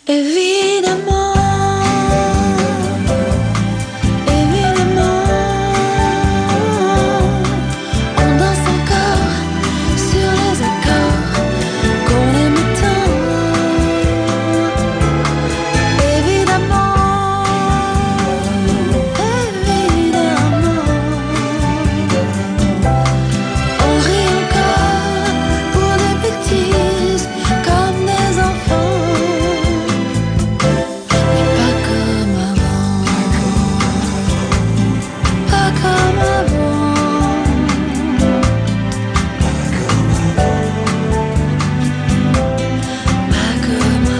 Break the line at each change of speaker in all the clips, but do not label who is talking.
Évidemment, évidemment, on danse encore sur les accords qu'on aime tant. Évidemment, évidemment, on rit encore pour des bêtises comme des enfants. Pas comme avant, pas comme avant, pas comme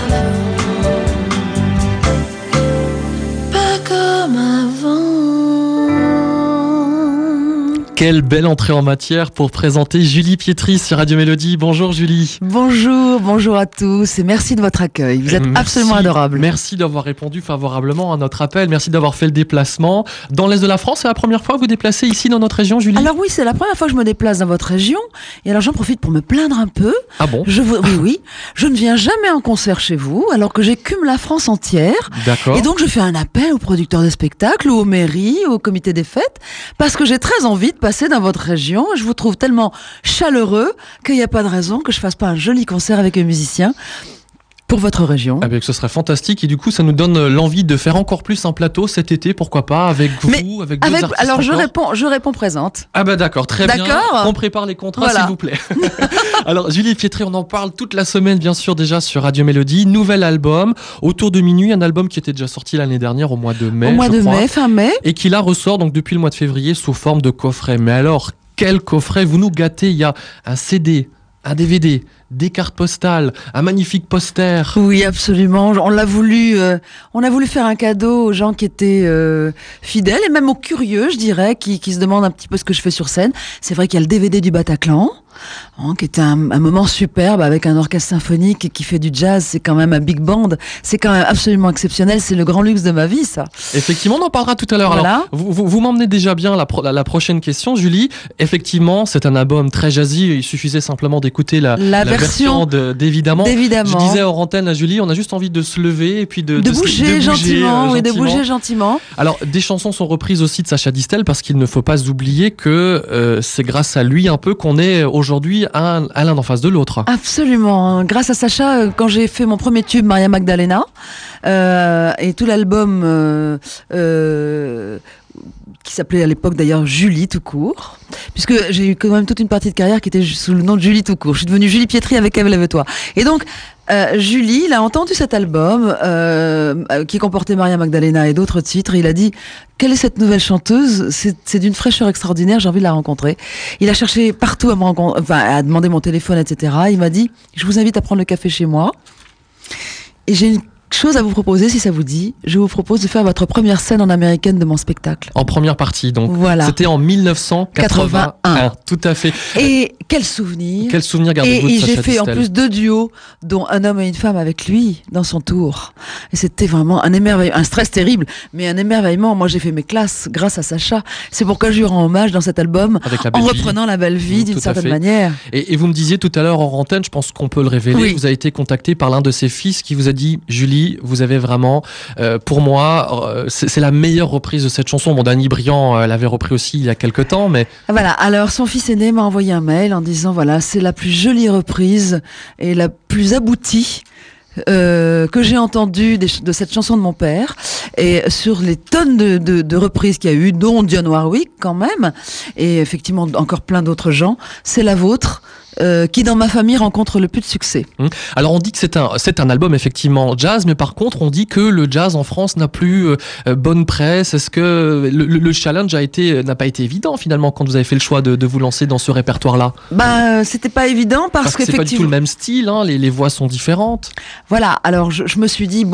avant, pas comme avant.
Quelle belle entrée en matière pour présenter Julie Pietri sur Radio Mélodie. Bonjour Julie.
Bonjour à tous et merci de votre accueil. Vous êtes absolument adorable.
Merci d'avoir répondu favorablement à notre appel. Merci d'avoir fait le déplacement. Dans l'Est de la France, c'est la première fois que vous vous déplacez ici dans notre région, Julie?
Alors oui, c'est la première fois que je me déplace dans votre région. Et alors j'en profite pour me plaindre un peu.
Ah bon?
Oui. Je ne viens jamais en concert chez vous alors que j'écume la France entière.
D'accord.
Et donc je fais un appel aux producteurs de spectacles, ou aux mairies, au comité des fêtes, parce que j'ai très envie de passer dans votre région. Je vous trouve tellement chaleureux qu'il n'y a pas de raison que je fasse pas un joli concert avec un musicien pour votre région.
Ah ben, ce serait fantastique et du coup ça nous donne l'envie de faire encore plus un plateau cet été, pourquoi pas, avec vous, avec d'autres artistes.
Alors je
encore.
réponds présente.
Ah bah d'accord, très bien.
D'accord.
On prépare les contrats,
Voilà.
s'il vous plaît. Alors Julie Pietri, on en parle toute la semaine bien sûr déjà sur Radio Mélodie. Nouvel album, Autour de minuit, un album qui était déjà sorti l'année dernière au mois de mai.
Fin mai.
Et qui là ressort donc depuis le mois de février sous forme de coffret. Mais alors, quel coffret? Vous nous gâtez, il y a un CD, un DVD, des cartes postales, un magnifique poster.
Oui, absolument. On a voulu faire un cadeau aux gens qui étaient fidèles et même aux curieux, je dirais, qui se demandent un petit peu ce que je fais sur scène. C'est vrai qu'il y a le DVD du Bataclan, qui était un moment superbe avec un orchestre symphonique qui fait du jazz. C'est quand même un big band. C'est quand même absolument exceptionnel. C'est le grand luxe de ma vie, ça.
Effectivement, on en parlera tout à l'heure.
Voilà.
Alors, vous m'emmenez déjà bien la prochaine question, Julie. Effectivement, c'est un album très jazzy. Il suffisait simplement d'écouter la version d'Évidemment. Je disais hors antenne à Julie, on a juste envie de se lever et puis de
bouger gentiment. Oui, de bouger gentiment.
Alors, des chansons sont reprises aussi de Sacha Distel parce qu'il ne faut pas oublier que c'est grâce à lui un peu qu'on est aujourd'hui à l'un en face de l'autre.
Absolument. Grâce à Sacha, quand j'ai fait mon premier tube, Maria Magdalena, et tout l'album qui s'appelait à l'époque d'ailleurs Julie tout court, puisque j'ai eu quand même toute une partie de carrière qui était sous le nom de Julie tout court. Je suis devenue Julie Pietri avec Elle lève-toi. Et donc Julie, il a entendu cet album qui comportait Maria Magdalena et d'autres titres, et il a dit: quelle est cette nouvelle chanteuse? C'est d'une fraîcheur extraordinaire, j'ai envie de la rencontrer. Il a cherché partout à me rencontrer, à demander mon téléphone, etc. Il m'a dit: je vous invite à prendre le café chez moi. Et j'ai une chose à vous proposer, si ça vous dit. Je vous propose de faire votre première scène en américaine de mon spectacle.
En première partie, donc.
Voilà.
C'était en 1981. Tout à fait.
Et quel souvenir.
Quel souvenir gardez-vous de Sacha
Distel? Et j'ai fait en plus 2 duos, dont Un homme et une femme avec lui, dans son tour. Et c'était vraiment un émerveillement, un stress terrible, mais un émerveillement. Moi, j'ai fait mes classes grâce à Sacha. C'est pourquoi je lui rends hommage dans cet album, en reprenant La Belle Vie d'une certaine manière.
Et vous me disiez tout à l'heure en antenne, je pense qu'on peut le révéler,
oui.
Vous avez été contacté par l'un de ses fils qui vous a dit: Julie, vous avez vraiment, pour moi, c'est la meilleure reprise de cette chanson. Bon, Danny Briand l'avait repris aussi il y a quelques temps, mais...
Voilà, alors son fils aîné m'a envoyé un mail en disant: voilà, c'est la plus jolie reprise et la plus aboutie que j'ai entendue de cette chanson de mon père, et sur les tonnes de reprises qu'il y a eu, dont Dionne Warwick quand même, et effectivement encore plein d'autres gens, c'est la vôtre qui dans ma famille rencontre le plus de succès.
Alors on dit que c'est un album effectivement jazz, mais par contre on dit que le jazz en France n'a plus bonne presse. Est-ce que le challenge n'a pas été évident finalement quand vous avez fait le choix de vous lancer dans ce répertoire-là?
C'était pas évident parce
que c'est pas du tout le même style, hein, les voix sont différentes.
Voilà, alors je me suis dit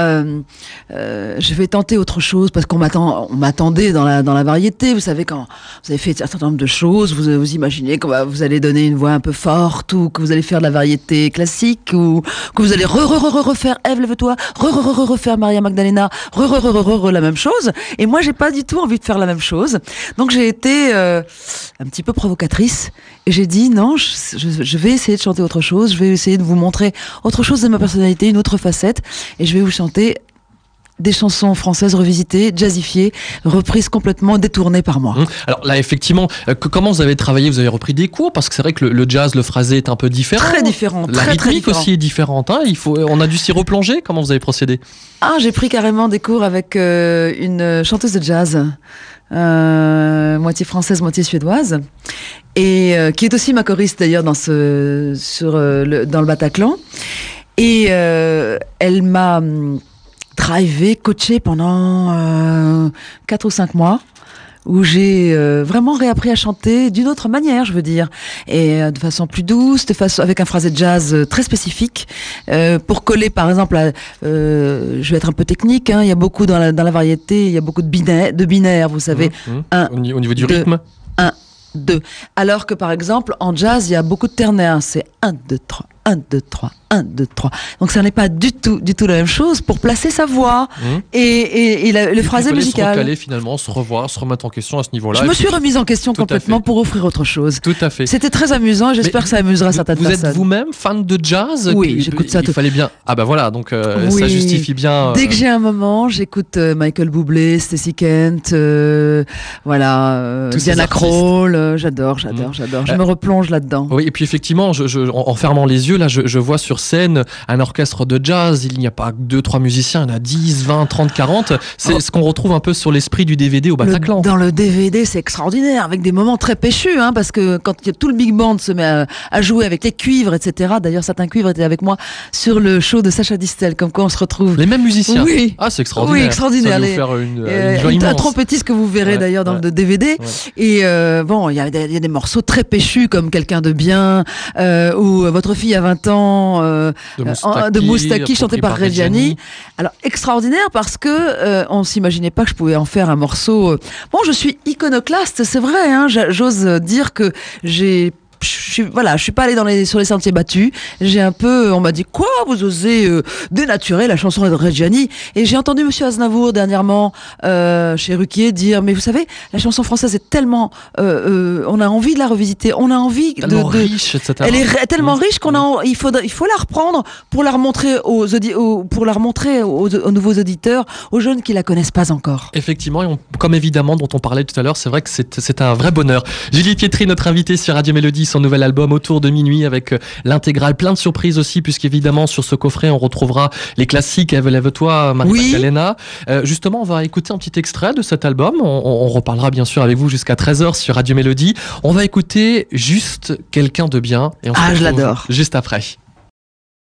je vais tenter autre chose parce qu'on m'attendait dans la variété. Vous savez, quand vous avez fait un certain nombre de choses, vous imaginez que vous allez donner une voix un peu forte, ou que vous allez faire de la variété classique, ou que vous allez refaire Ève, lève-toi, refaire Maria Magdalena, la même chose. Et moi, j'ai pas du tout envie de faire la même chose. Donc j'ai été un petit peu provocatrice et j'ai dit non, je vais essayer de chanter autre chose, je vais essayer de vous montrer autre chose de ma personnalité, une autre facette, et je vais vous chanter des chansons françaises revisitées, jazzifiées, reprises complètement détournées par moi.
Alors là, effectivement, comment vous avez travaillé? Vous avez repris des cours? Parce que c'est vrai que le jazz, le phrasé est un peu différent.
Très différent.
La rythmique aussi est différente. Hein. On a dû s'y replonger. Comment vous avez procédé?
J'ai pris carrément des cours avec une chanteuse de jazz, moitié française, moitié suédoise, et qui est aussi ma choriste d'ailleurs dans le Bataclan. Et elle m'a coaché pendant 4 ou 5 mois, où j'ai vraiment réappris à chanter d'une autre manière, je veux dire, et de façon plus douce, avec un phrasé de jazz très spécifique, pour coller par exemple je vais être un peu technique, hein, il y a beaucoup dans la variété, il y a beaucoup de binaires, vous savez,
au niveau du rythme.
1, 2. Alors que par exemple en jazz il y a beaucoup de ternaires, c'est 1, 2, 3, 1, 2, 3, 1, 2, 3. Donc ça n'est pas du tout la même chose pour placer sa voix et le phrasé musical.
Se recaler finalement, se revoir, se remettre en question à ce niveau-là.
Je me suis remise en question complètement pour offrir autre chose.
Tout à fait.
C'était très amusant et j'espère que ça amusera certaines personnes.
Vous êtes vous-même fan de jazz?
Oui, j'écoute ça.
Il fallait bien. Ah bah voilà, donc ça justifie bien.
Dès que j'ai un moment, j'écoute Michael Bublé, Stacey Kent, Diana Krall. J'adore. Je me replonge là-dedans.
Oui, et puis effectivement, en fermant les yeux, là, je vois sur scène un orchestre de jazz. Il n'y a pas 2-3 musiciens, il y en a 10, 20, 30, 40. C'est ce qu'on retrouve un peu sur l'esprit du DVD au Bataclan.
Dans le DVD, c'est extraordinaire, avec des moments très péchus, hein, parce que quand tout le big band se met à jouer avec les cuivres, etc. D'ailleurs, certains cuivres étaient avec moi sur le show de Sacha Distel, comme quoi on se retrouve.
Les mêmes musiciens.
Oui.
Ah, c'est extraordinaire.
Oui, extraordinaire.
Ça va vous faire une joie immense.
Un trompettiste que vous verrez d'ailleurs dans le DVD. Ouais. Et il y a des morceaux très péchus, comme Quelqu'un de bien, ou Votre fille a 20 ans, de Moustaki, chanté par Reggiani. Alors, extraordinaire parce que on s'imaginait pas que je pouvais en faire un morceau. Bon, je suis iconoclaste, c'est vrai, hein, j'ose dire que je suis pas allée sur les sentiers battus. On m'a dit quoi, vous osez dénaturer la chanson de Reggiani? Et j'ai entendu Monsieur Aznavour dernièrement chez Ruquier dire, mais vous savez, la chanson française est tellement, on a envie de la revisiter, on a envie
riche, etc.
Elle est tellement riche il faut la reprendre pour la remontrer aux nouveaux auditeurs, aux jeunes qui la connaissent pas encore.
Effectivement, comme évidemment dont on parlait tout à l'heure, c'est vrai que c'est un vrai bonheur. Julie Pietri, notre invitée sur Radio Mélodie, son nouvel album Autour de minuit avec l'intégrale, plein de surprises aussi, puisqu'évidemment sur ce coffret on retrouvera les classiques Ève, lève-toi, Maria Magdalena. Justement, on va écouter un petit extrait de cet album. On reparlera bien sûr avec vous jusqu'à 13h sur Radio Mélodie. On va écouter juste Quelqu'un de bien et on se retrouve
je l'adore.
Juste après.